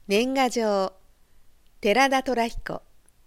年賀状、寺田虎彦。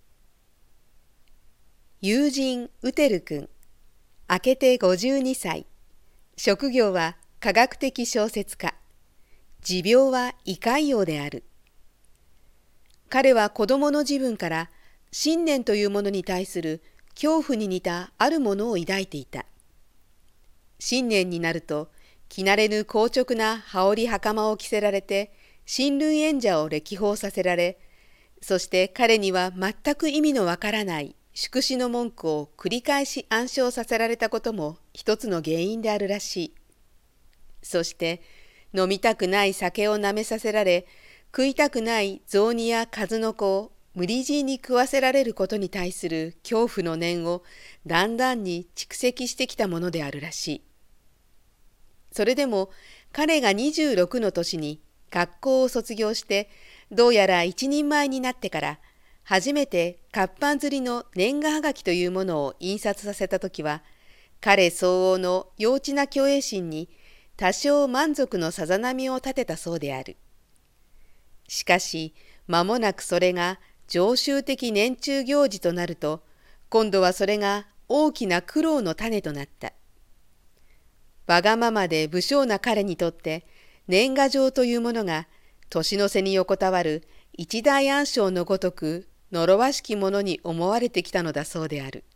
友人ウテル君、明けて52歳。職業は科学的小説家。持病は胃潰瘍である。彼は子供の時分から信念というものに対する恐怖に似たあるものを抱いていた。新年になると着慣れぬ硬直な羽織袴を着せられて親類縁者を歴訪させられ、そして彼には全く意味のわからない祝詞の文句を繰り返し暗唱させられたことも一つの原因であるらしい。そして飲みたくない酒をなめさせられ、食いたくない雑煮や数の子を無理強いに食わせられることに対する恐怖の念をだんだんに蓄積してきたものであるらしい。それでも彼が26の年に学校を卒業して、どうやら一人前になってから初めて活版刷りの年賀はがきというものを印刷させたときは、彼相応の幼稚な虚栄心に多少満足のさざ波を立てたそうである。しかし間もなくそれが常習的年中行事となると、今度はそれが大きな苦労の種となった。わがままで不精な彼にとって年賀状というものが年の瀬に横たわる一大暗礁のごとく呪わしきものに思われてきたのだそうである。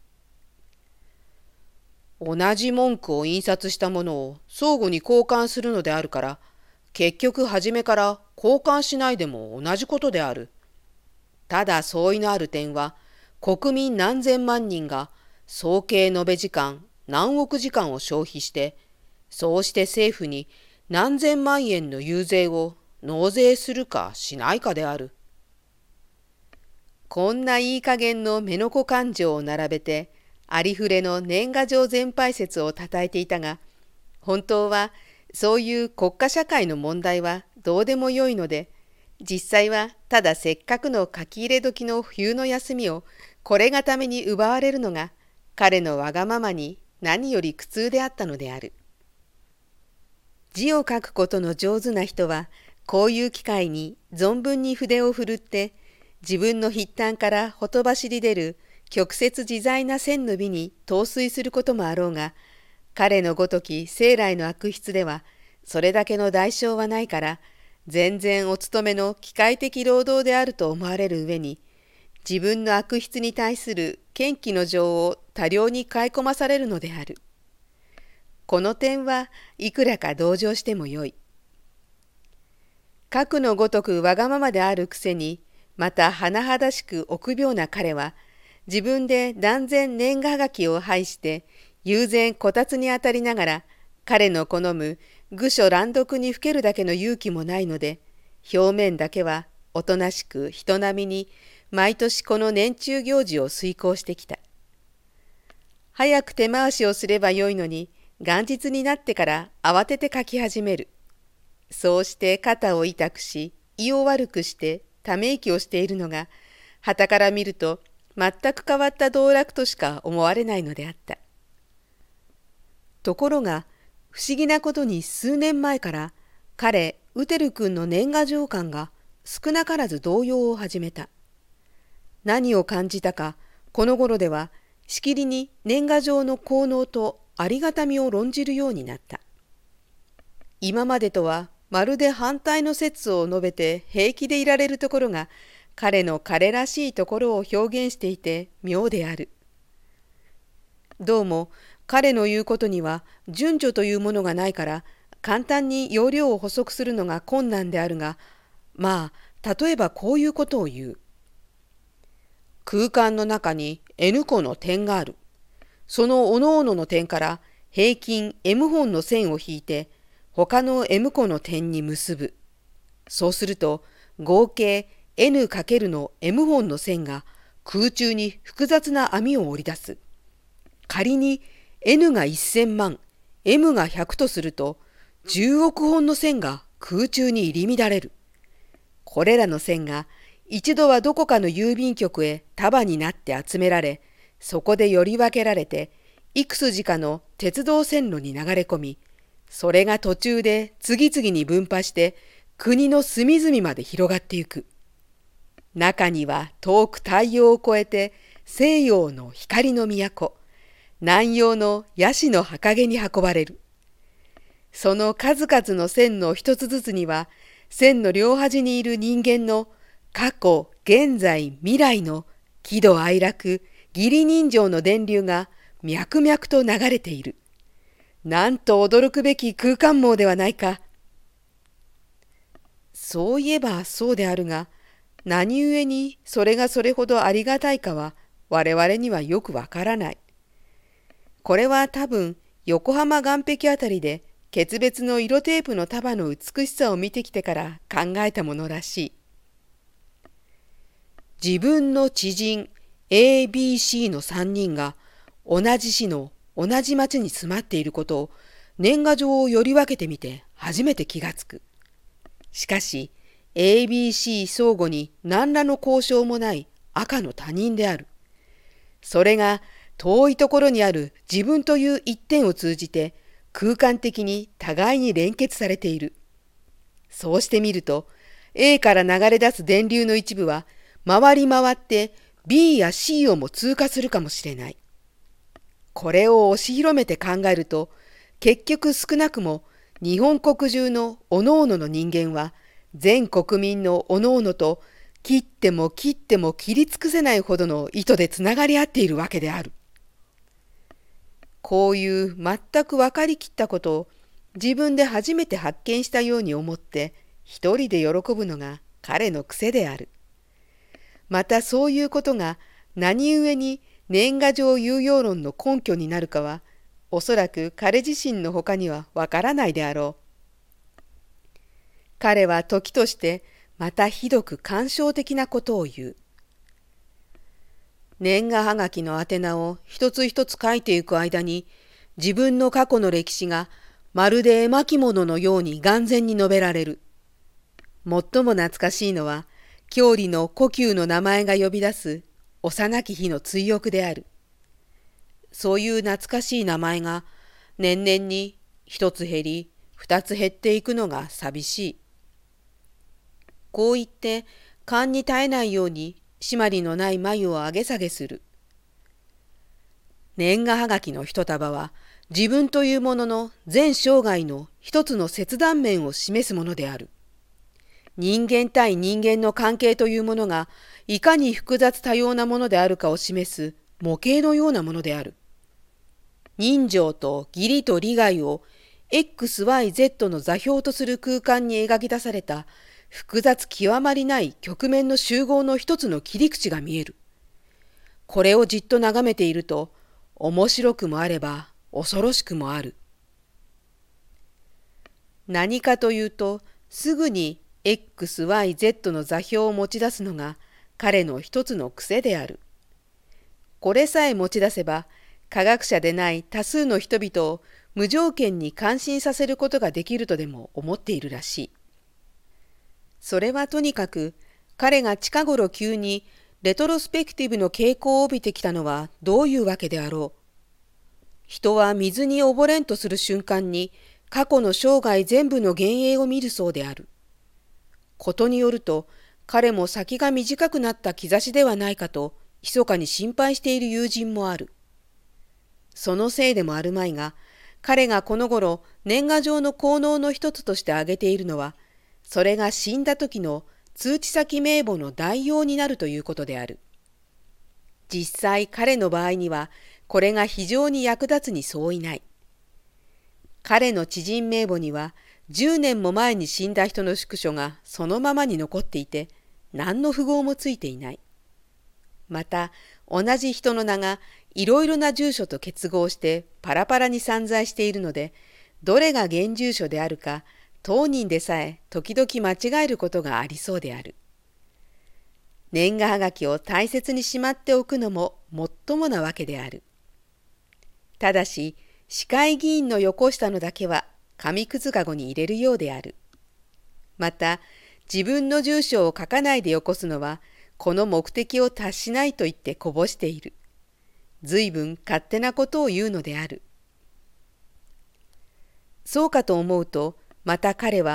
同じ文句を印刷したものを相互に交換するのであるから、結局初めから交換しないでも同じことである。ただ相違のある点は、国民何千万人が総計延べ時間何億時間を消費して、そうして政府に何千万円の遊税を納税するかしないかである。こんないい加減の目の子感情を並べて、ありふれの年賀状全廃説をたたえていたが、本当はそういう国家社会の問題はどうでもよいので、実際はただせっかくの書き入れ時の冬の休みをこれがために奪われるのが彼のわがままに何より苦痛であったのである。字を書くことの上手な人は、こういう機会に存分に筆を振るって、自分の筆端からほとばしり出る曲折自在な線の美に陶酔することもあろうが、彼のごとき生来の悪筆では、それだけの代償はないから、全然お勤めの機械的労働であると思われる上に、自分の悪筆に対する嫌気の情を多量に買い込まされるのである。この点はいくらか同情してもよい。かくのごとくわがままであるくせに、また甚だしく臆病な彼は、自分で断然年賀はがきを拝して、悠然こたつにあたりながら、彼の好む愚書乱読にふけるだけの勇気もないので、表面だけはおとなしく人並みに毎年この年中行事を遂行してきた。早く手回しをすればよいのに、元日になってから慌てて書き始める。そうして肩を痛くし、胃を悪くしてため息をしているのが、傍から見ると全く変わった道楽としか思われないのであった。ところが、不思議なことに数年前から、彼、ウテル君の年賀状感が少なからず動揺を始めた。何を感じたか、この頃では、しきりに年賀状の効能とありがたみを論じるようになった。今までとはまるで反対の説を述べて平気でいられるところが、彼の彼らしいところを表現していて妙である。どうも彼の言うことには順序というものがないから、簡単に要領を補足するのが困難であるが、まあ例えばこういうことを言う。空間の中に N 個の点がある。その各々の点から平均 M 本の線を引いて、他の M 個の点に結ぶ。そうすると合計 N× の M 本の線が空中に複雑な網を織り出す。仮に N が1000万、M が100とすると、10億本の線が空中に入り乱れる。これらの線が一度はどこかの郵便局へ束になって集められ、そこでより分けられて、幾筋かの鉄道線路に流れ込み、それが途中で次々に分派して、 国の隅々まで広がってゆく。中には遠く太陽を越えて西洋の光の都、南洋のヤシの墓毛に運ばれる。その数々の線の一つずつには、線の両端にいる人間の過去、現在、未来の喜怒哀楽、義理人情の電流が脈々と流れている。なんと驚くべき空間網ではないか。そういえばそうであるが、何故にそれがそれほどありがたいかは我々にはよくわからない。これは多分横浜岸壁あたりで決別の色テープの束の美しさを見てきてから考えたものらしい。自分の知人 ABC の3人が同じ市の同じ町に住まっていることを年賀状をより分けてみて初めて気がつく。しかし ABC 相互に何らの交渉もない赤の他人である。それが遠いところにある自分という一点を通じて空間的に互いに連結されている。そうしてみると A から流れ出す電流の一部は回り回って B や C をも通過するかもしれない。これを押し広めて考えると、結局少なくも日本国中の各々の人間は全国民の各々と切っても切っても切り尽くせないほどの糸でつながり合っているわけである。こういう全く分かりきったことを自分で初めて発見したように思って一人で喜ぶのが彼の癖である。またそういうことが何故に年賀状有用論の根拠になるかはおそらく彼自身のほかにはわからないであろう。彼は時としてまたひどく感傷的なことを言う。年賀はがきの宛名を一つ一つ書いていく間に自分の過去の歴史がまるで絵巻物のように眼前に述べられる。最も懐かしいのは郷里の故宮の名前が呼び出す幼き日の追憶である。そういう懐かしい名前が年々に一つ減り二つ減っていくのが寂しい。こう言って勘に絶えないように締まりのない眉を上げ下げする。年賀はがきの一束は自分というものの全生涯の一つの切断面を示すものである。人間対人間の関係というものがいかに複雑多様なものであるかを示す模型のようなものである。人情と義理と利害を XYZ の座標とする空間に描き出された複雑極まりない局面の集合の一つの切り口が見える。これをじっと眺めていると面白くもあれば恐ろしくもある。何かというとすぐにXYZ の座標を持ち出すのが彼の一つの癖である。これさえ持ち出せば科学者でない多数の人々を無条件に感心させることができるとでも思っているらしい。それはとにかく彼が近頃急にレトロスペクティブの傾向を帯びてきたのはどういうわけであろう。人は水に溺れんとする瞬間に過去の生涯全部の幻影を見るそうである。ことによると彼も先が短くなった兆しではないかと密かに心配している友人もある。そのせいでもあるまいが、彼がこの頃年賀状の効能の一つとして挙げているのは、それが死んだ時の通知先名簿の代用になるということである。実際彼の場合にはこれが非常に役立つに相違ない。彼の知人名簿には10年も前に死んだ人の宿所がそのままに残っていて、何の符号もついていない。また、同じ人の名がいろいろな住所と結合してパラパラに散在しているので、どれが現住所であるか、当人でさえ時々間違えることがありそうである。年賀はがきを大切にしまっておくのももっともなわけである。ただし、市会議員のよこしたのだけは、紙くずかごに入れるようである。また、自分の住所を書かないでよこすのは、この目的を達しないと言ってこぼしている。ずいぶん勝手なことを言うのである。そうかと思うと、また彼は、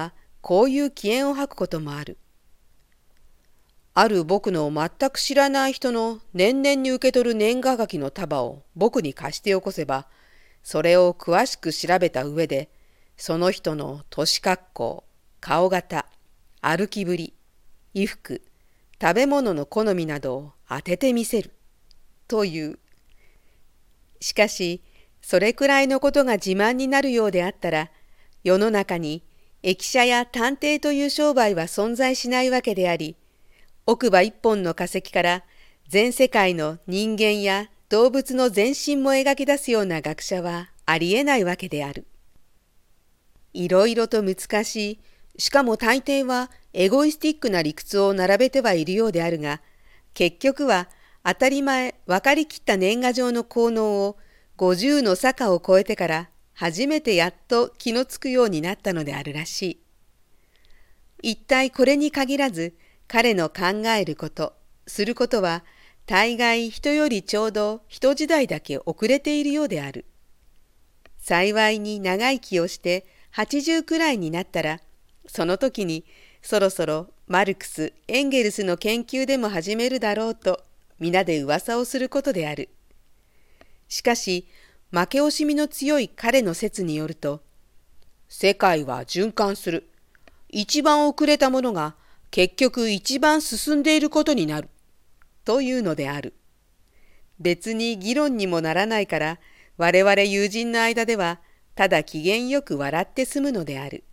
こういう気縁を吐くこともある。ある僕の全く知らない人の年々に受け取る年賀はがきの束を僕に貸してよこせば、それを詳しく調べた上で、その人の年格好、顔型、歩きぶり、衣服、食べ物の好みなどを当ててみせる。という。しかし、それくらいのことが自慢になるようであったら、世の中に易者や探偵という商売は存在しないわけであり、奥歯一本の化石から全世界の人間や動物の全身も描き出すような学者はありえないわけである。いろいろと難しい、しかも大抵はエゴイスティックな理屈を並べてはいるようであるが、結局は当たり前分かりきった年賀状の効能を50の坂を越えてから初めてやっと気のつくようになったのであるらしい。一体これに限らず、彼の考えること、することは、大概人よりちょうど一時代だけ遅れているようである。幸いに長生きをして80くらいになったら、その時にそろそろマルクス・エンゲルスの研究でも始めるだろうと、皆で噂をすることである。しかし、負け惜しみの強い彼の説によると、世界は循環する。一番遅れたものが結局一番進んでいることになる。というのである。別に議論にもならないから、我々友人の間では、ただ機嫌よく笑って済むのである。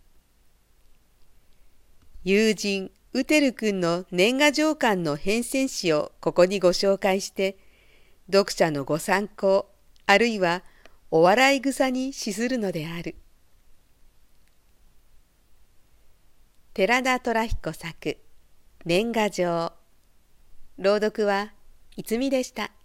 友人、ウテル君の年賀状巻の変遷誌をここにご紹介して、読者のご参考、あるいはお笑い草に資するのである。寺田虎彦作、年賀状。朗読は、いつみでした。